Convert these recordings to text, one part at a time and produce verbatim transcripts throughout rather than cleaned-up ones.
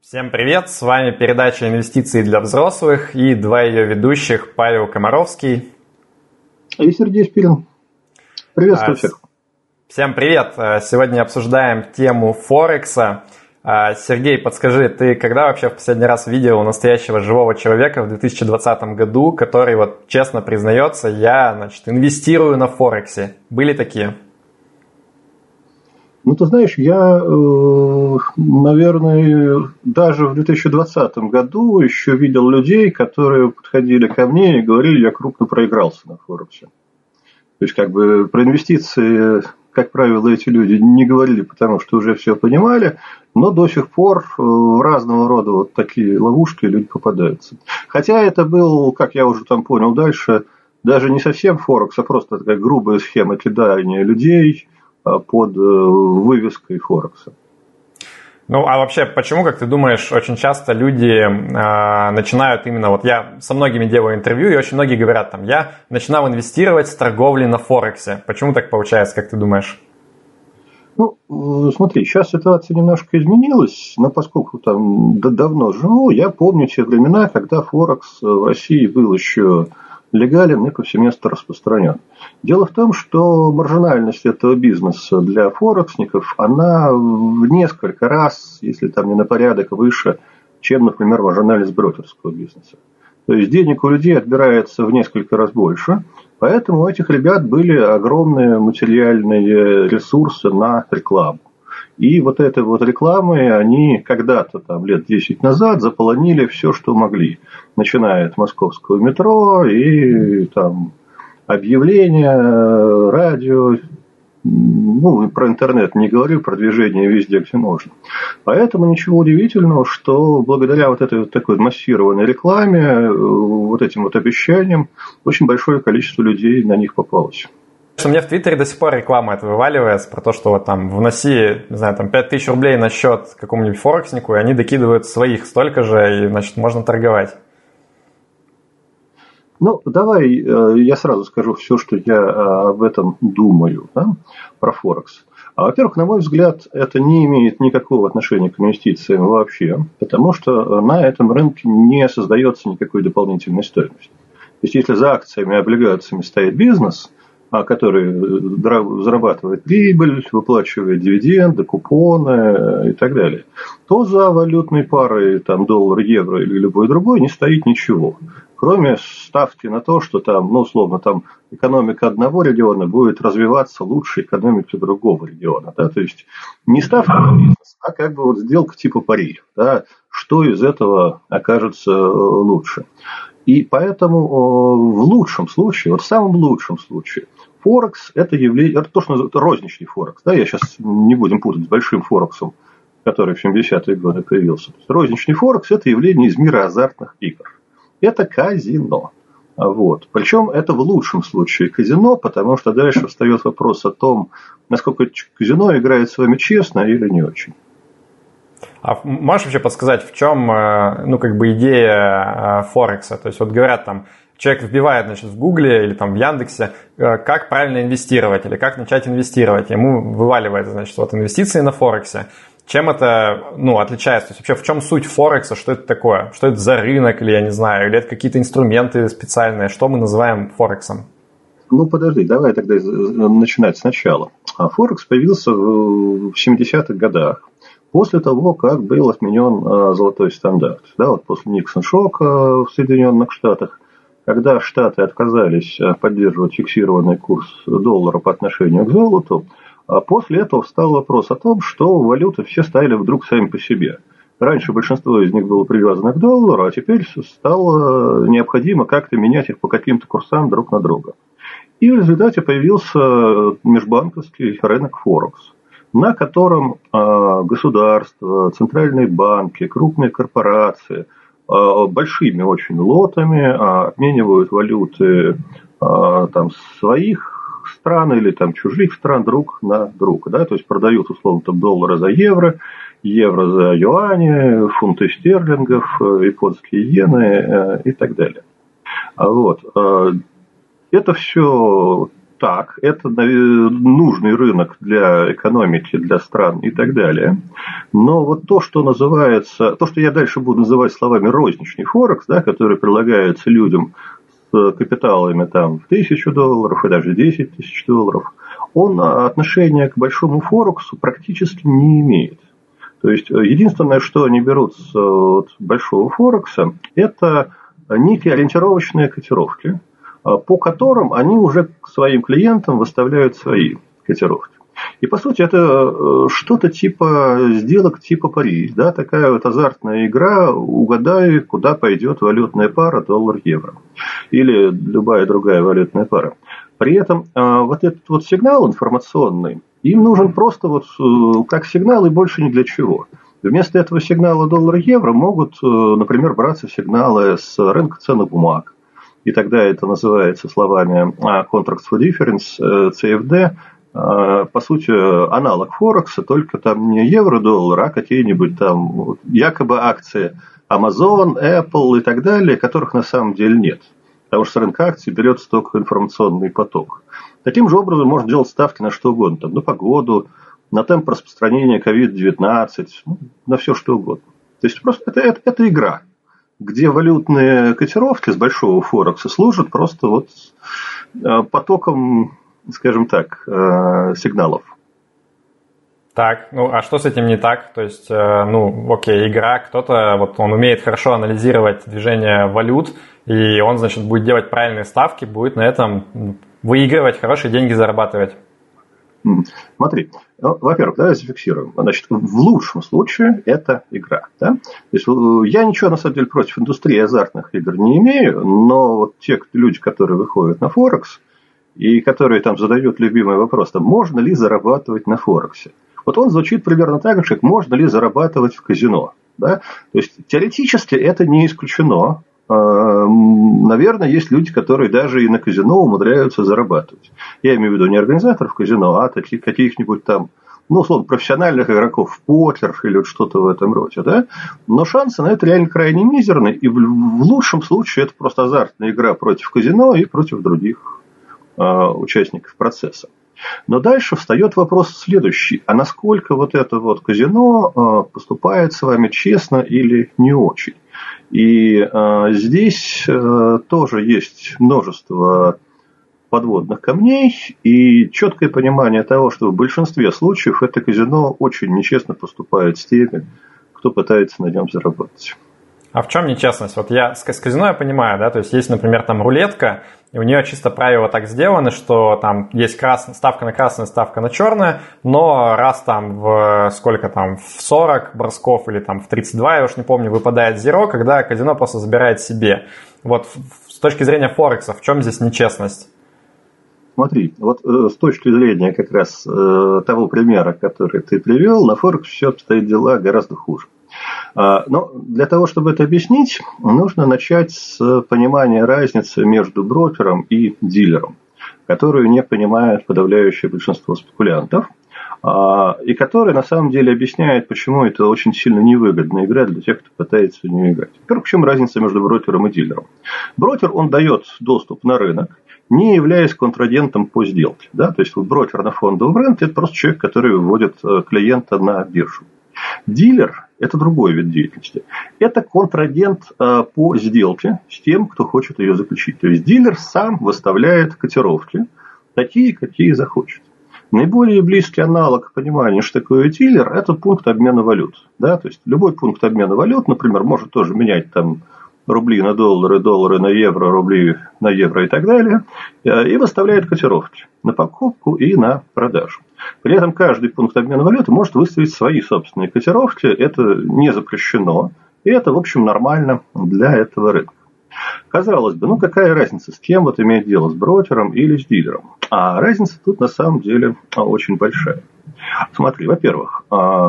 Всем привет, с вами передача «Инвестиции для взрослых» и два ее ведущих Павел Комаровский и Сергей Спирин. Приветствую всех. Всем привет, сегодня обсуждаем тему Форекса. Сергей, подскажи, ты когда вообще в последний раз видел настоящего живого человека в две тысячи двадцатом году, который вот честно признается, я, значит, инвестирую на Форексе? Были такие? Ну, ты знаешь, я, наверное, даже в две тысячи двадцатом году еще видел людей, которые подходили ко мне и говорили, я крупно проигрался на Форексе. То есть, как бы, про инвестиции, как правило, эти люди не говорили, потому что уже все понимали, но до сих пор в разного рода вот такие ловушки люди попадаются. Хотя это был, как я уже там понял дальше, даже не совсем Форекс, а просто такая грубая схема кидания людей под вывеской Форекса. Ну, а вообще, почему, как ты думаешь, очень часто люди э, начинают именно, вот я со многими делаю интервью, и очень многие говорят, там, я начинал инвестировать с торговли на Форексе. Почему так получается, как ты думаешь? Ну, смотри, сейчас ситуация немножко изменилась, но поскольку там давно живу, я помню те времена, когда Форекс в России был еще легален и повсеместно распространен. Дело в том, что маржинальность этого бизнеса для форексников, она в несколько раз, если там не на порядок, выше, чем, например, маржинальность брокерского бизнеса. То есть денег у людей отбирается в несколько раз больше, поэтому у этих ребят были огромные материальные ресурсы на рекламу. И вот этой вот рекламой они когда-то, там, лет десять назад, заполонили все, что могли. Начиная от московского метро и там объявления, радио, ну, про интернет не говорю, про движение везде, где можно. Поэтому ничего удивительного, что благодаря вот этой вот такой массированной рекламе, вот этим вот обещаниям, очень большое количество людей на них попалось. У меня в Твиттере до сих пор реклама это вываливается про то, что вот там вноси, не знаю, там пять тысяч рублей на счет какому-нибудь форекснику, и они докидывают своих столько же, и, значит, можно торговать. Ну, давай я сразу скажу все, что я об этом думаю, да, про Форекс. Во-первых, на мой взгляд, это не имеет никакого отношения к инвестициям вообще, потому что на этом рынке не создается никакой дополнительной стоимости. То есть, если за акциями и облигациями стоит бизнес, который зарабатывает прибыль, выплачивает дивиденды, купоны и так далее, то за валютной парой там, доллар, евро или любой другой не стоит ничего. Кроме ставки на то, что там, ну, условно, там экономика одного региона будет развиваться лучше экономики другого региона. Да? То есть не ставка на бизнес, а как бы вот сделка типа пари. Да? Что из этого окажется лучше. И поэтому в лучшем случае, вот в самом лучшем случае, Форекс – это явление, это то, что называют розничный Форекс. Да, я сейчас не будем путать с большим Форексом, который в семидесятые годы появился. Розничный Форекс – это явление из мира азартных игр. Это казино. Вот. Причем это в лучшем случае казино, потому что дальше встает вопрос о том, насколько казино играет с вами честно или не очень. А можешь вообще подсказать, в чем, ну, как бы идея Форекса? То есть, вот говорят там, человек вбивает, значит, в Гугле или там в Яндексе, как правильно инвестировать или как начать инвестировать. Ему вываливается, значит, вот инвестиции на Форексе. Чем это, ну, отличается? То есть, вообще, в чем суть Форекса? Что это такое? Что это за рынок, или я не знаю, или это какие-то инструменты специальные? Что мы называем Форексом? Ну, подожди, давай тогда начинать сначала. Форекс появился в семидесятых годах. После того, как был отменен золотой стандарт, да, вот после Никсон-шока в Соединенных Штатах, когда Штаты отказались поддерживать фиксированный курс доллара по отношению к золоту, после этого встал вопрос о том, что валюты все стали вдруг сами по себе. Раньше большинство из них было привязано к доллару, а теперь стало необходимо как-то менять их по каким-то курсам друг на друга. И в результате появился межбанковский рынок Форекс, на котором государства, центральные банки, крупные корпорации большими очень лотами обменивают валюты там, своих стран или там, чужих стран друг на друга. Да? То есть продают условно там, доллары за евро, евро за юани, фунты стерлингов, японские иены и так далее. Вот. Это все так, это нужный рынок для экономики, для стран и так далее. Но вот то, что называется, то, что я дальше буду называть словами розничный Форекс, да, который предлагается людям с капиталами там, в тысячу долларов и даже десять тысяч долларов, он отношения к большому Форексу практически не имеет. То есть единственное, что они берут с вот, большого Форекса, это некие ориентировочные котировки, по которым они уже к своим клиентам выставляют свои котировки. И, по сути, это что-то типа сделок типа пари. Да? Такая вот азартная игра, угадай, куда пойдет валютная пара доллар-евро. Или любая другая валютная пара. При этом вот этот вот сигнал информационный, им нужен просто вот как сигнал и больше ни для чего. Вместо этого сигнала доллар-евро могут, например, браться сигналы с рынка ценных бумаг. И тогда это называется словами Contracts for Difference, си эф ди, по сути, аналог Форекса, только там не евро-доллар, а какие-нибудь там якобы акции Amazon, Apple и так далее, которых на самом деле нет. Потому что с рынка акций берется только информационный поток. Таким же образом можно делать ставки на что угодно. Там, на погоду, на темп распространения ковид девятнадцать, ну, на все что угодно. То есть просто это, это, это игра, где валютные котировки с большого Форекса служат просто вот потоком, скажем так, сигналов. Так, ну а что с этим не так? То есть, ну, окей, игра, кто-то, вот он умеет хорошо анализировать движение валют, и он, значит, будет делать правильные ставки, будет на этом выигрывать, хорошие деньги зарабатывать. Смотри, ну, во-первых, давай зафиксируем. Значит, в лучшем случае это игра. Да? То есть, я ничего, на самом деле, против индустрии азартных игр не имею, но вот те люди, которые выходят на Форекс, и которые там задают любимый вопрос, там, можно ли зарабатывать на Форексе? Вот он звучит примерно так же, как можно ли зарабатывать в казино. Да? То есть, теоретически это не исключено. Наверное, есть люди, которые даже и на казино умудряются зарабатывать. Я имею в виду не организаторов казино, а таких каких-нибудь там, ну, условно, профессиональных игроков в покер или вот что-то в этом роде. Да? Но шансы на это реально крайне мизерны. И в лучшем случае это просто азартная игра против казино и против других э, участников процесса. Но дальше встает вопрос следующий. А насколько вот это вот казино э, поступает с вами честно или не очень? И э, здесь э, тоже есть множество подводных камней и четкое понимание того, что в большинстве случаев это казино очень нечестно поступает с теми, кто пытается на нем заработать. А в чем нечестность? Вот я с казино я понимаю, да, то есть есть, например, там рулетка, и у нее чисто правила так сделаны, что там есть красная, ставка на красное, ставка на черное, но раз там в сколько там, в сорок бросков или там в тридцать два, я уж не помню, выпадает зеро, когда казино просто забирает себе. Вот с точки зрения Форекса, в чем здесь нечестность? Смотри, вот э, с точки зрения как раз э, того примера, который ты привел, на Форексе все обстоят дела гораздо хуже. Но для того, чтобы это объяснить, нужно начать с понимания разницы между брокером и дилером, которую не понимает подавляющее большинство спекулянтов, и который на самом деле объясняет, почему это очень сильно невыгодная игра для тех, кто пытается в нее играть. Во-первых, в чем разница между брокером и дилером? Брокер, он дает доступ на рынок, не являясь контрагентом по сделке. Да? То есть вот брокер на фондовом рынке – это просто человек, который выводит клиента на биржу. Дилер – это другой вид деятельности. Это контрагент э, по сделке с тем, кто хочет ее заключить. То есть дилер сам выставляет котировки, такие, какие захочет. Наиболее близкий аналог понимания, что такое дилер, это пункт обмена валют. Да? То есть любой пункт обмена валют, например, может тоже менять там рубли на доллары, доллары на евро, рубли на евро и так далее, и выставляет котировки на покупку и на продажу. При этом каждый пункт обмена валюты может выставить свои собственные котировки, это не запрещено, и это, в общем, нормально для этого рынка. Казалось бы, ну какая разница, с кем вот иметь дело, с брокером или с дилером? А разница тут на самом деле очень большая. Смотри, во-первых,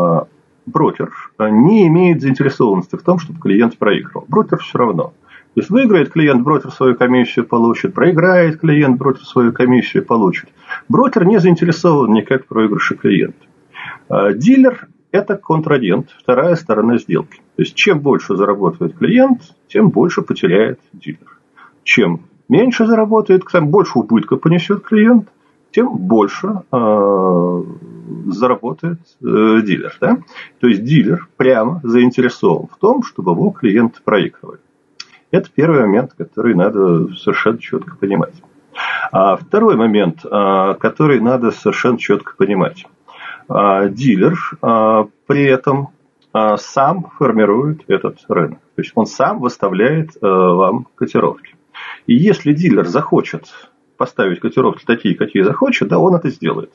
брокер не имеет заинтересованности в том, чтобы клиент проигрывал. Брокер все равно. То есть выиграет клиент, брокер свою комиссию получит, проиграет клиент, брокер свою комиссию получит. Брокер не заинтересован никак в проигрыше клиента. Дилер – это контрагент, вторая сторона сделки. То есть чем больше заработает клиент, тем больше потеряет дилер. Чем меньше заработает, тем больше убытка понесет клиент, тем больше э, заработает э, дилер. Да? То есть дилер прямо заинтересован в том, чтобы его клиенты проигрывали. Это первый момент, который надо совершенно четко понимать. А второй момент, э, который надо совершенно четко понимать. Э, дилер э, при этом э, сам формирует этот рынок. То есть он сам выставляет э, вам котировки. И если дилер захочет поставить котировки такие, какие захочет, да, он это сделает.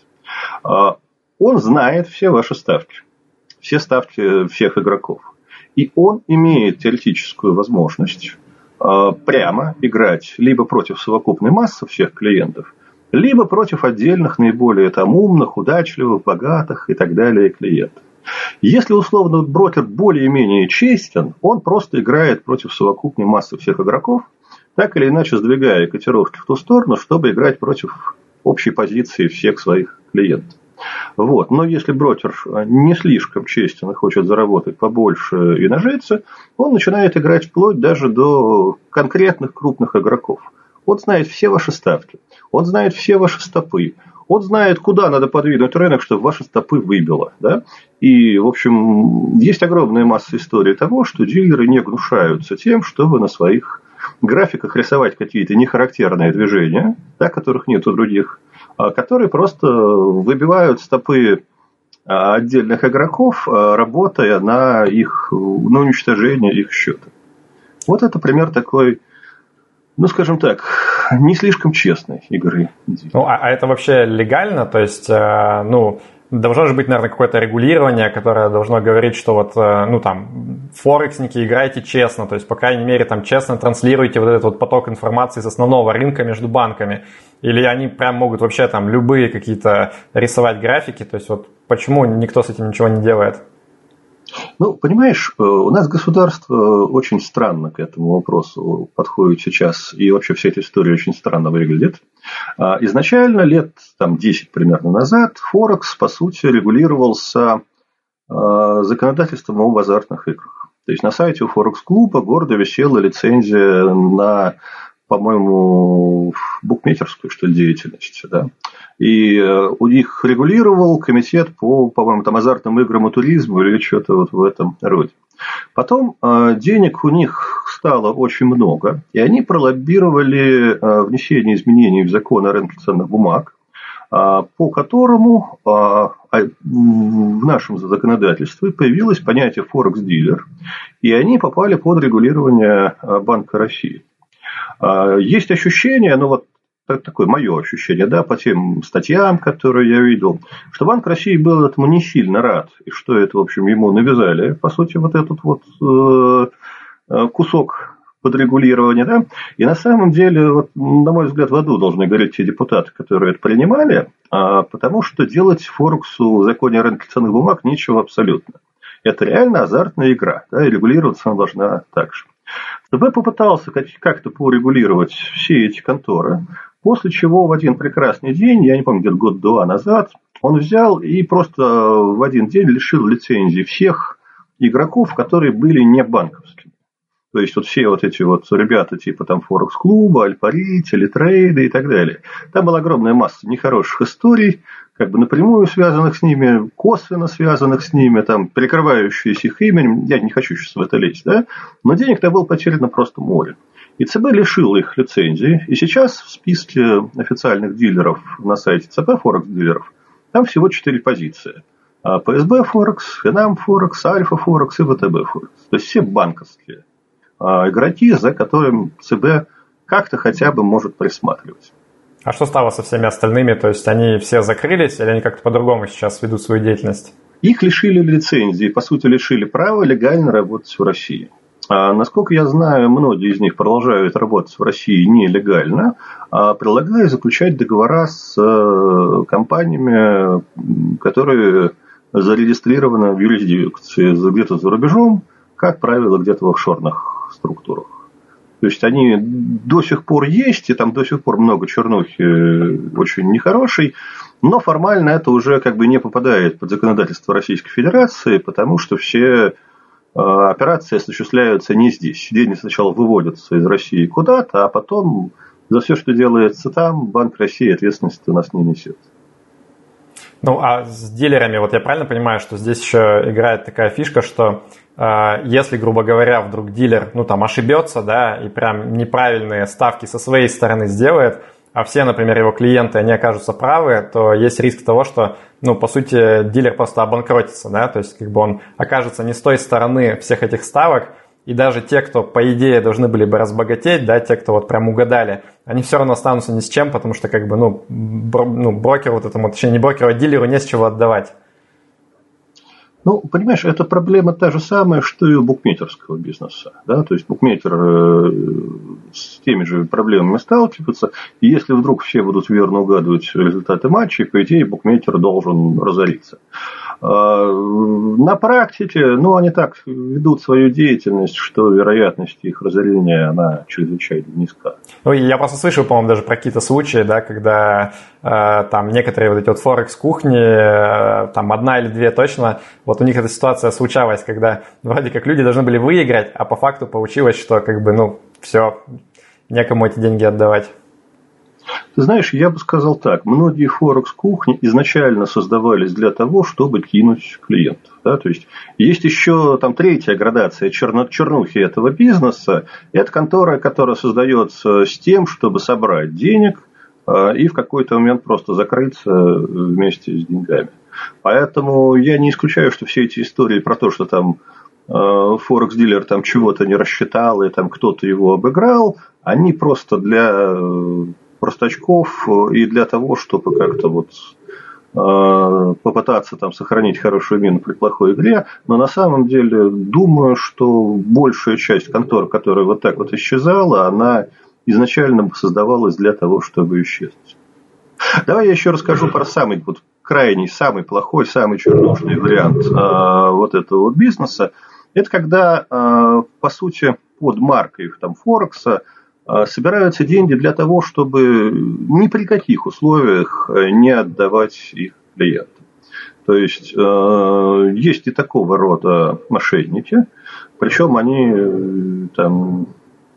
Он знает все ваши ставки, все ставки всех игроков. И он имеет теоретическую возможность прямо играть либо против совокупной массы всех клиентов, либо против отдельных, наиболее там, умных, удачливых, богатых и так далее клиентов. Если, условно, брокер более-менее честен, он просто играет против совокупной массы всех игроков, так или иначе сдвигая котировки в ту сторону, чтобы играть против общей позиции всех своих клиентов. Вот. Но если брокер не слишком честен и хочет заработать побольше и нажиться, он начинает играть вплоть даже до конкретных крупных игроков. Он знает все ваши ставки, он знает все ваши стопы, он знает, куда надо подвинуть рынок, чтобы ваши стопы выбило. Да? И, в общем, есть огромная масса историй того, что дилеры не гнушаются тем, чтобы на своих графиках рисовать какие-то нехарактерные движения, да, которых нет у других, которые просто выбивают стопы отдельных игроков, работая на их, на уничтожение их счета. Вот это пример такой, ну, скажем так, не слишком честной игры. Ну, а, а это вообще легально? То есть, э, ну, должно же быть, наверное, какое-то регулирование, которое должно говорить, что вот, э, ну, там, форексники, играйте честно, то есть, по крайней мере, там, честно транслируйте вот этот вот поток информации с основного рынка между банками. Или они прям могут вообще там любые какие-то рисовать графики, то есть, вот почему никто с этим ничего не делает? Ну, понимаешь, у нас государство очень странно к этому вопросу подходит сейчас, и вообще вся эта история очень странно выглядит. Изначально, лет там, десять примерно назад, Форекс, по сути, регулировался законодательством об азартных играх. То есть, на сайте у Форекс-клуба гордо висела лицензия на, по-моему, букмекерскую, что ли, деятельность, да. И у них регулировал комитет по, по-моему, там, азартным играм и туризму или что-то вот в этом роде. Потом э, денег у них стало очень много, и они пролоббировали э, внесение изменений в закон о рынке ценных бумаг, э, по которому э, в нашем законодательстве появилось понятие «форекс-дилер», и они попали под регулирование Банка России. Э, есть ощущение, ну вот, такое мое ощущение, да, по тем статьям, которые я видел, что Банк России был этому не сильно рад, и что это, в общем, ему навязали, по сути, вот этот вот э, кусок подрегулирования, да, и на самом деле, вот, на мой взгляд, в аду должны говорить те депутаты, которые это принимали, а, потому что делать Форексу в законе о рынке ценных бумаг нечего абсолютно. Это реально азартная игра, да, и регулироваться она должна так же. ЦБ попытался как-то порегулировать все эти конторы, после чего в один прекрасный день, я не помню, где-то год-два назад, он взял и просто в один день лишил лицензии всех игроков, которые были не банковскими. То есть, вот все вот эти вот ребята типа там Форекс-клуба, Альпари, Телетрейды и так далее. Там была огромная масса нехороших историй, как бы напрямую связанных с ними, косвенно связанных с ними, там, прикрывающиеся их именем. Я не хочу сейчас в это лезть, да? Но денег-то было потеряно просто море. И ЦБ лишил их лицензии. И сейчас в списке официальных дилеров на сайте ЦБ, Форекс-дилеров, там всего четыре позиции. ПСБ Форекс, Финам Форекс, Альфа Форекс и ВТБ Форекс. То есть, все банковские игроки, за которыми ЦБ как-то хотя бы может присматривать. А что стало со всеми остальными? То есть, они все закрылись или они как-то по-другому сейчас ведут свою деятельность? Их лишили лицензии, по сути, лишили права легально работать в России. А, насколько я знаю, многие из них продолжают работать в России нелегально, а предлагая заключать договора с компаниями, которые зарегистрированы в юрисдикции где-то за рубежом, как правило, где-то в офшорных структурах. То есть, они до сих пор есть, и там до сих пор много чернухи очень нехорошей, но формально это уже как бы не попадает под законодательство Российской Федерации, потому что все операции осуществляются не здесь. Деньги сначала выводятся из России куда-то, а потом За все, что делается там, Банк России ответственности у нас не несет. Ну, а с дилерами, вот я правильно понимаю, что здесь еще играет такая фишка, что э, если, грубо говоря, вдруг дилер, ну, там, ошибется, да, и прям неправильные ставки со своей стороны сделает, а все, например, его клиенты, они окажутся правы, то есть риск того, что, ну, по сути, дилер просто обанкротится, да, то есть, как бы он окажется не с той стороны всех этих ставок, и даже те, кто, по идее, должны были бы разбогатеть, да, те, кто вот прям угадали, они все равно останутся ни с чем, потому что, как бы, ну, бро, ну брокеру вот этому, точнее, не брокеру, а дилеру не с чего отдавать. Ну, понимаешь, это проблема та же самая, что и у букмекерского бизнеса. Да? То есть букмекер с теми же проблемами сталкивается, и если вдруг все будут верно угадывать результаты матчей, по идее, букмекер должен разориться. На практике, ну, они так ведут свою деятельность, что вероятность их разорения, она чрезвычайно низка. Ну, я просто слышал, по-моему, даже про какие-то случаи, да, когда э, там некоторые вот эти вот форекс-кухни, э, там одна или две точно, вот у них эта ситуация случалась, когда вроде как люди должны были выиграть, а по факту получилось, что как бы, ну, все, некому эти деньги отдавать. Ты знаешь, я бы сказал так. Многие форекс-кухни изначально создавались для того, чтобы кинуть клиентов. Да? То есть, есть еще там третья градация черно- чернухи этого бизнеса. Это контора, которая создается с тем, чтобы собрать денег э, и в какой-то момент просто закрыться вместе с деньгами. Поэтому я не исключаю, что все эти истории про то, что там э, форекс-дилер там чего-то не рассчитал и там кто-то его обыграл, они просто для... Э, простачков и для того, чтобы как-то вот э, попытаться там сохранить хорошую мину при плохой игре. Но на самом деле думаю, что большая часть контор, которая вот так вот исчезала, она изначально создавалась для того, чтобы исчезнуть. Давай я еще расскажу про самый вот, крайний, самый плохой, самый чернушный вариант э, вот этого вот бизнеса. Это когда, э, по сути, под маркой там, Форекса собираются деньги для того, чтобы ни при каких условиях не отдавать их клиентам. То есть, есть и такого рода мошенники, причем они там,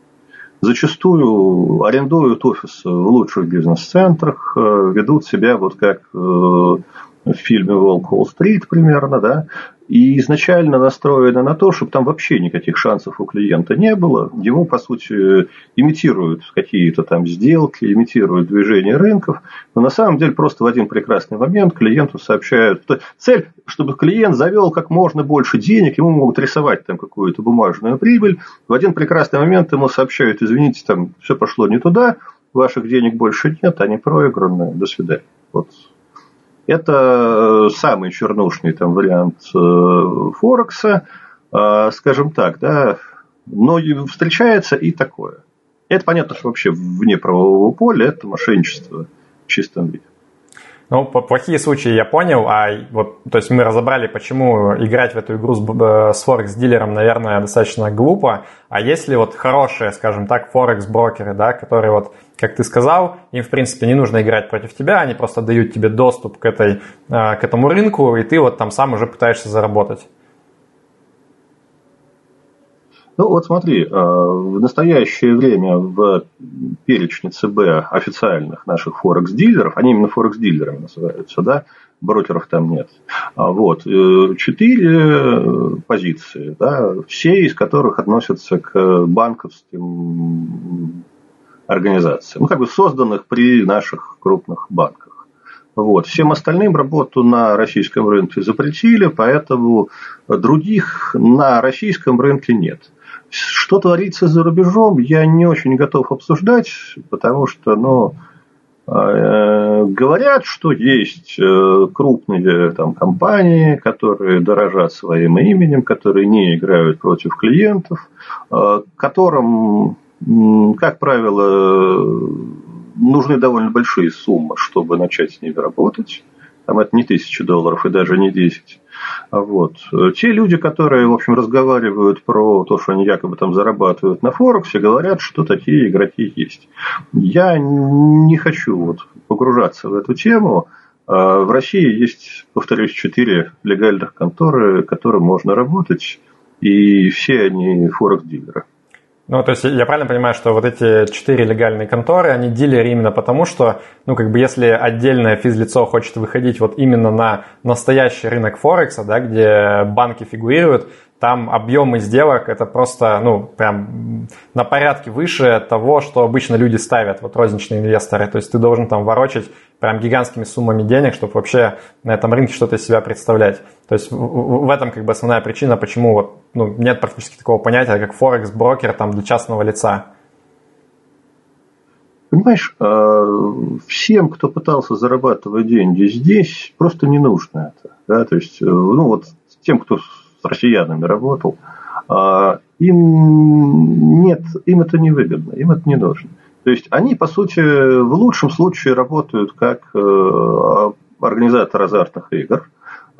зачастую арендуют офисы в лучших бизнес-центрах, ведут себя вот как в фильме «Волк Уолл-стрит» примерно, да, и изначально настроены на то, чтобы там вообще никаких шансов у клиента не было. Его, по сути, имитируют какие-то там сделки, имитируют движение рынков, но на самом деле просто в один прекрасный момент клиенту сообщают, что цель, чтобы клиент завел как можно больше денег, ему могут рисовать там какую-то бумажную прибыль, в один прекрасный момент ему сообщают, извините, там все пошло не туда, ваших денег больше нет, они проиграны, до свидания. Вот. Это самый чернушный там, вариант Форекса, скажем так, да, но встречается и такое. Это понятно, что вообще вне правового поля это мошенничество в чистом виде. Ну, плохие случаи я понял, а вот, то есть мы разобрали, почему играть в эту игру с, с форекс-дилером, наверное, достаточно глупо, а если вот хорошие, скажем так, форекс-брокеры, да, которые вот, как ты сказал, им, в принципе, не нужно играть против тебя, они просто дают тебе доступ к, этой, к этому рынку, и ты вот там сам уже пытаешься заработать. Ну, вот смотри, в настоящее время в перечне ЦБ официальных наших форекс-дилеров, они именно форекс-дилерами называются, да, брокеров там нет. Вот, четыре позиции, да, все из которых относятся к банковским организациям, ну, как бы созданных при наших крупных банках. Вот. Всем остальным работу на российском рынке запретили, поэтому других на российском рынке нет. Что творится за рубежом, я не очень готов обсуждать, потому что, ну, э, говорят, что есть э, крупные там, компании, которые дорожат своим именем, которые не играют против клиентов, э, которым, э, как правило, нужны довольно большие суммы, чтобы начать с ними работать. Там это не тысяча долларов и даже не десять. Вот. Те люди, которые, в общем, разговаривают про то, что они якобы там зарабатывают на Форексе, говорят, что такие игроки есть. Я не хочу вот погружаться в эту тему. В России есть, повторюсь, четыре легальных конторы, которым можно работать, и все они Форекс-дилеры. Ну, то есть я правильно понимаю, что вот эти четыре легальные конторы, они дилеры именно потому, что, ну, как бы если отдельное физлицо хочет выходить вот именно на настоящий рынок Форекса, да, где банки фигурируют, там объемы сделок это просто, ну, прям на порядке выше того, что обычно люди ставят, вот розничные инвесторы. То есть ты должен там ворочать прям гигантскими суммами денег, чтобы вообще на этом рынке что-то из себя представлять. То есть в, в, в этом как бы основная причина, почему вот, ну, нет практически такого понятия, как Форекс-брокер там для частного лица. Понимаешь, всем, кто пытался зарабатывать деньги здесь, просто не нужно это. Да? То есть, ну вот тем, кто с россиянами работал, им нет, им это не выгодно, им это не нужно. То есть они, по сути, в лучшем случае работают как организатор азартных игр.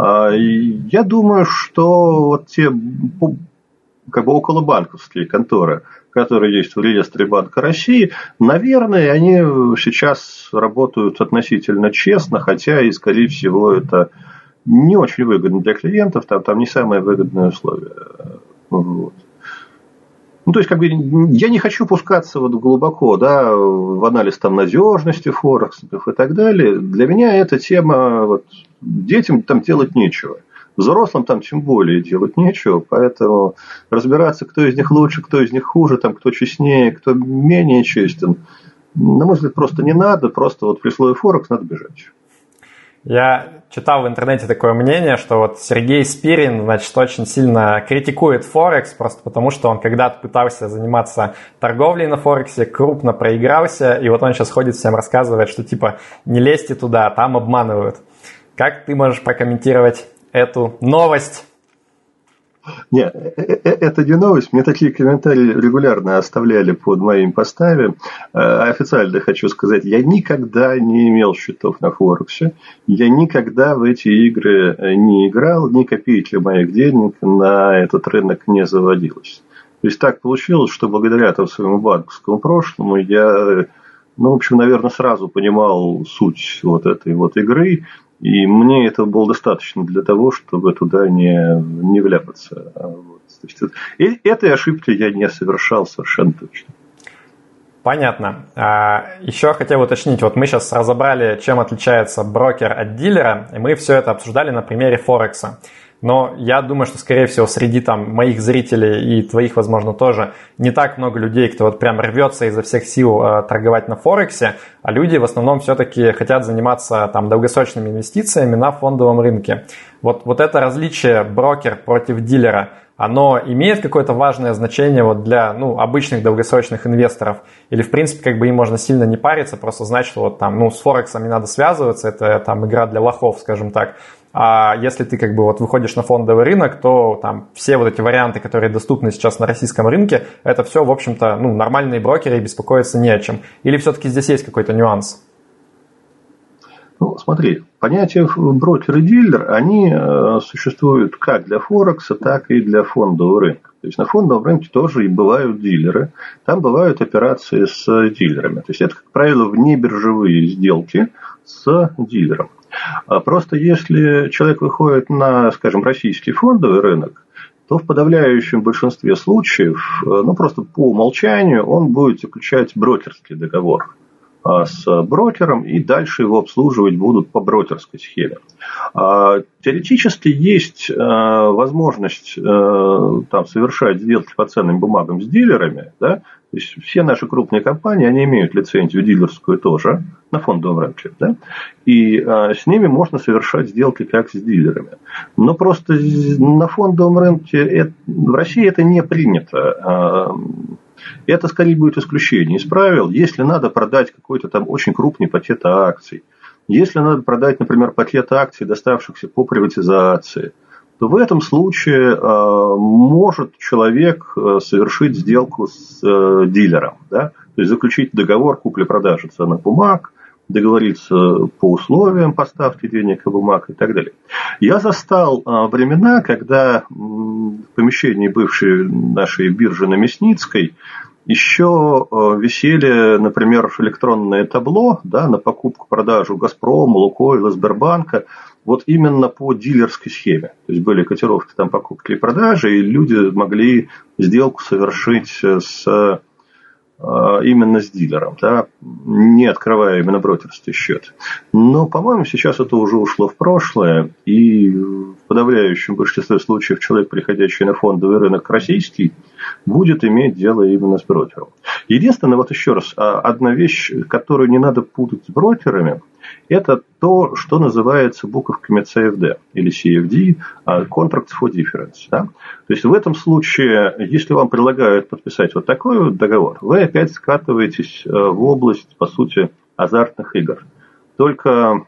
Я думаю, что вот те как бы околобанковские конторы, которые есть в реестре Банка России, наверное, они сейчас работают относительно честно, хотя и, скорее всего, это не очень выгодно для клиентов, там, там не самые выгодные условия. Вот. Ну, то есть, как бы, я не хочу пускаться вот глубоко, да, в анализ там надежности форексов и так далее. Для меня эта тема, вот, детям там делать нечего. Взрослым там тем более делать нечего, поэтому разбираться, кто из них лучше, кто из них хуже, там, кто честнее, кто менее честен, на мой взгляд, просто не надо, просто вот при слове Форекс надо бежать. Я читал в интернете такое мнение, что вот Сергей Спирин, значит, очень сильно критикует Форекс, просто потому что он когда-то пытался заниматься торговлей на Форексе, крупно проигрался, и вот он сейчас ходит всем рассказывает, что типа не лезьте туда, там обманывают. Как ты можешь прокомментировать эту новость? Нет, это не новость. Мне такие комментарии регулярно оставляли под моими постами. Официально хочу сказать, я никогда не имел счетов на Форексе. Я никогда в эти игры не играл. Ни копейки моих денег на этот рынок не заводилось. То есть так получилось, что благодаря там, своему банковскому прошлому я, ну, в общем, наверное, сразу понимал суть вот этой вот игры. И мне этого было достаточно для того, чтобы туда не, не вляпаться. Вот. То есть, и этой ошибки я не совершал совершенно точно. Понятно. Еще хотел уточнить, вот мы сейчас разобрали, чем отличается брокер от дилера, и мы все это обсуждали на примере Форекса. Но я думаю, что, скорее всего, среди там моих зрителей и твоих, возможно, тоже не так много людей, кто вот прям рвется изо всех сил э, торговать на Форексе, а люди в основном все-таки хотят заниматься там долгосрочными инвестициями на фондовом рынке. Вот, вот это различие брокер против дилера, оно имеет какое-то важное значение вот для ну, обычных долгосрочных инвесторов? Или, в принципе, как бы им можно сильно не париться, просто знать, что вот там, ну, с Форексом не надо связываться, это там игра для лохов, скажем так. А если ты как бы вот выходишь на фондовый рынок, то там все вот эти варианты, которые доступны сейчас на российском рынке, это все, в общем-то, ну, нормальные брокеры, и беспокоиться не о чем. Или все-таки здесь есть какой-то нюанс? Ну, смотри, понятия брокер и дилер, они э, существуют как для Форекса, так и для фондового рынка. То есть на фондовом рынке тоже и бывают дилеры, там бывают операции с дилерами. То есть это, как правило, внебиржевые сделки с дилером. Просто если человек выходит на, скажем, российский фондовый рынок, то в подавляющем большинстве случаев, ну просто по умолчанию, он будет заключать брокерский договор с брокером, и дальше его обслуживать будут по брокерской схеме. Теоретически есть возможность там, совершать сделки по ценным бумагам с дилерами. Да? То есть все наши крупные компании, они имеют лицензию дилерскую тоже на фондовом рынке. Да? И с ними можно совершать сделки как с дилерами. Но просто на фондовом рынке в России это не принято. Это скорее будет исключение из правил, если надо продать какой-то там очень крупный пакет акций, если надо продать, например, пакет акций, доставшихся по приватизации, то в этом случае э, может человек совершить сделку с э, дилером, да? То есть заключить договор купли-продажи ценных бумаг, договориться по условиям поставки денег и бумаг и так далее. Я застал э, времена, когда в помещении бывшей нашей биржи на Мясницкой еще висели, например, электронное табло, да, на покупку-продажу Газпрома, Лукойла, Сбербанка. вот именно по дилерской схеме. То есть были котировки там покупки и продажи, и люди могли сделку совершить с, именно с дилером, да, не открывая именно брокерский счет. Но, по-моему, сейчас это уже ушло в прошлое, и в подавляющем большинстве случаев человек, приходящий на фондовый рынок российский, будет иметь дело именно с брокером. Единственное, вот еще раз, одна вещь, которую не надо путать с брокерами, это то, что называется буковками си эф ди или си эф ди, Contracts for Difference. Да? То есть в этом случае, если вам предлагают подписать вот такой вот договор, вы опять скатываетесь в область, по сути, азартных игр. Только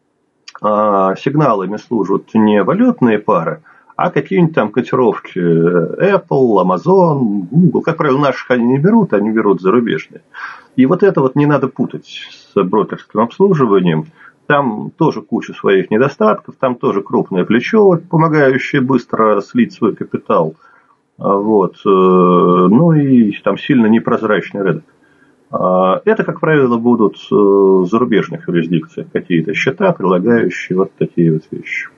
а, сигналами служат не валютные пары, а какие-нибудь там котировки Apple, Amazon, Google. Как правило, наших они не берут, они берут зарубежные. И вот это вот не надо путать с брокерским обслуживанием. Там тоже куча своих недостатков, там тоже крупное плечо, помогающее быстро слить свой капитал. Вот. Ну и там сильно непрозрачный рынок. Это, как правило, будут в зарубежных юрисдикциях какие-то счета, предлагающие вот такие вот вещи.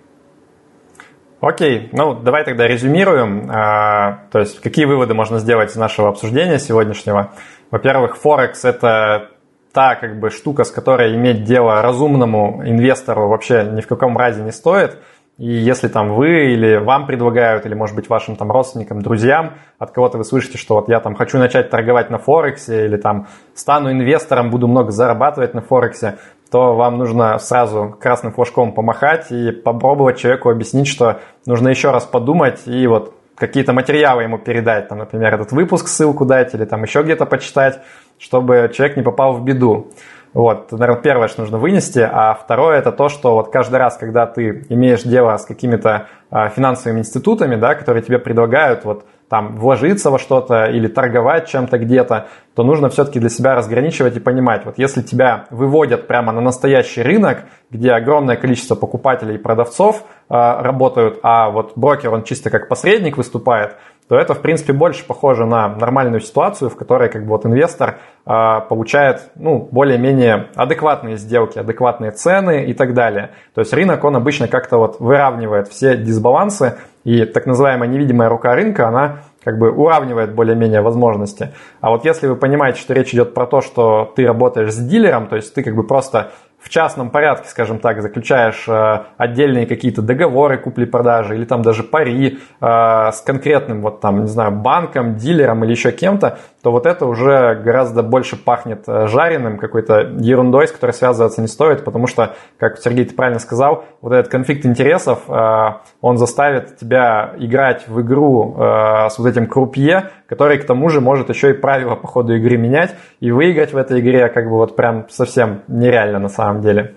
Окей, ну давай тогда резюмируем. А, то есть какие выводы можно сделать из нашего обсуждения сегодняшнего? Во-первых, Форекс – это та как бы штука, с которой иметь дело разумному инвестору вообще ни в каком разе не стоит. И если там вы или вам предлагают, или может быть вашим там родственникам, друзьям, от кого-то вы слышите, что вот я там хочу начать торговать на Форексе или там стану инвестором, буду много зарабатывать на Форексе, то вам нужно сразу красным флажком помахать и попробовать человеку объяснить, что нужно еще раз подумать и вот какие-то материалы ему передать, там, например, этот выпуск, ссылку дать или там еще где-то почитать, чтобы человек не попал в беду. Вот, наверное, первое, что нужно вынести, а второе это то, что вот каждый раз, когда ты имеешь дело с какими-то а, финансовыми институтами, да, которые тебе предлагают вот там вложиться во что-то или торговать чем-то где-то, то нужно все-таки для себя разграничивать и понимать, вот если тебя выводят прямо на настоящий рынок, где огромное количество покупателей и продавцов э, работают, а вот брокер, он чисто как посредник выступает, то это, в принципе, больше похоже на нормальную ситуацию, в которой как бы вот инвестор э, получает, ну, более-менее адекватные сделки, адекватные цены и так далее. То есть рынок, он обычно как-то вот выравнивает все дисбалансы, и так называемая невидимая рука рынка, она как бы уравнивает более-менее возможности. А вот если вы понимаете, что речь идет про то, что ты работаешь с дилером, то есть ты как бы просто в частном порядке, скажем так, заключаешь э, отдельные какие-то договоры купли-продажи или там даже пари э, с конкретным вот там, не знаю, банком, дилером или еще кем-то, то вот это уже гораздо больше пахнет жареным, какой-то ерундой, с которой связываться не стоит, потому что, как Сергей, ты правильно сказал, вот этот конфликт интересов, э, он заставит тебя играть в игру э, с вот этим крупье, который к тому же может еще и правила по ходу игры менять, и выиграть в этой игре как бы вот прям совсем нереально на самом деле.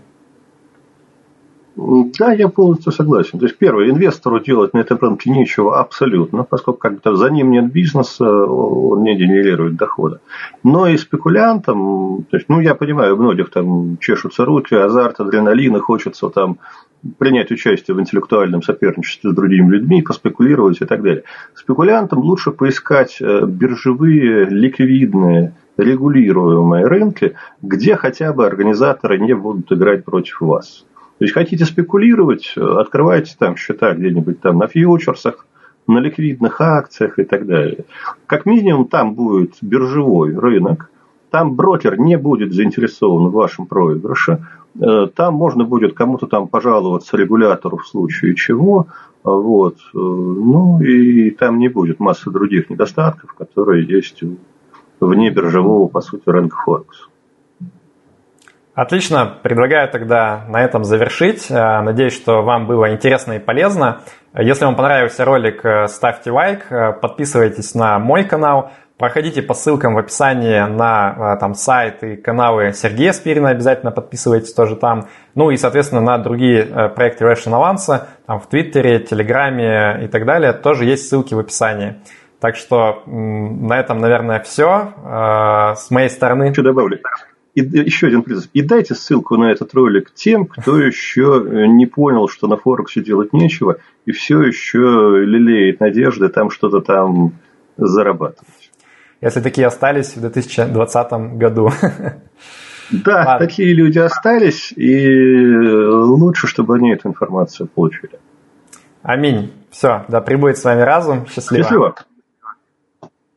Да, я полностью согласен. То есть, первое, инвестору делать на этом рынке нечего абсолютно, поскольку как-то за ним нет бизнеса, он не генерирует дохода. Но и спекулянтам, то есть, ну, я понимаю, у многих там чешутся руки, азарт, адреналин, и хочется там принять участие в интеллектуальном соперничестве с другими людьми, поспекулировать и так далее. Спекулянтам лучше поискать биржевые, ликвидные, регулируемые рынки, где хотя бы организаторы не будут играть против вас. То есть, хотите спекулировать, открывайте там счета где-нибудь там на фьючерсах, на ликвидных акциях и так далее. Как минимум, там будет биржевой рынок, там брокер не будет заинтересован в вашем проигрыше, там можно будет кому-то там пожаловаться регулятору в случае чего, вот. Ну и там не будет массы других недостатков, которые есть вне биржевого, по сути, рынка Форекс. Отлично, предлагаю тогда на этом завершить. Надеюсь, что вам было интересно и полезно. Если вам понравился ролик, ставьте лайк, подписывайтесь на мой канал, проходите по ссылкам в описании на там, сайт и каналы Сергея Спирина, обязательно подписывайтесь тоже там. Ну и, соответственно, на другие проекты Rational Avanza, там в Твиттере, Телеграме и так далее, тоже есть ссылки в описании. Так что на этом, наверное, все. С моей стороны. Что добавлю? И еще один призыв. И дайте ссылку на этот ролик тем, кто еще не понял, что на Форексе делать нечего, и все еще лелеет надежды там что-то там зарабатывать. Если такие остались в две тысячи двадцатом году. Да, Ладно. Такие люди остались, и лучше, чтобы они эту информацию получили. Аминь. Все, да пребудет с вами разум. Счастливо. Счастливо.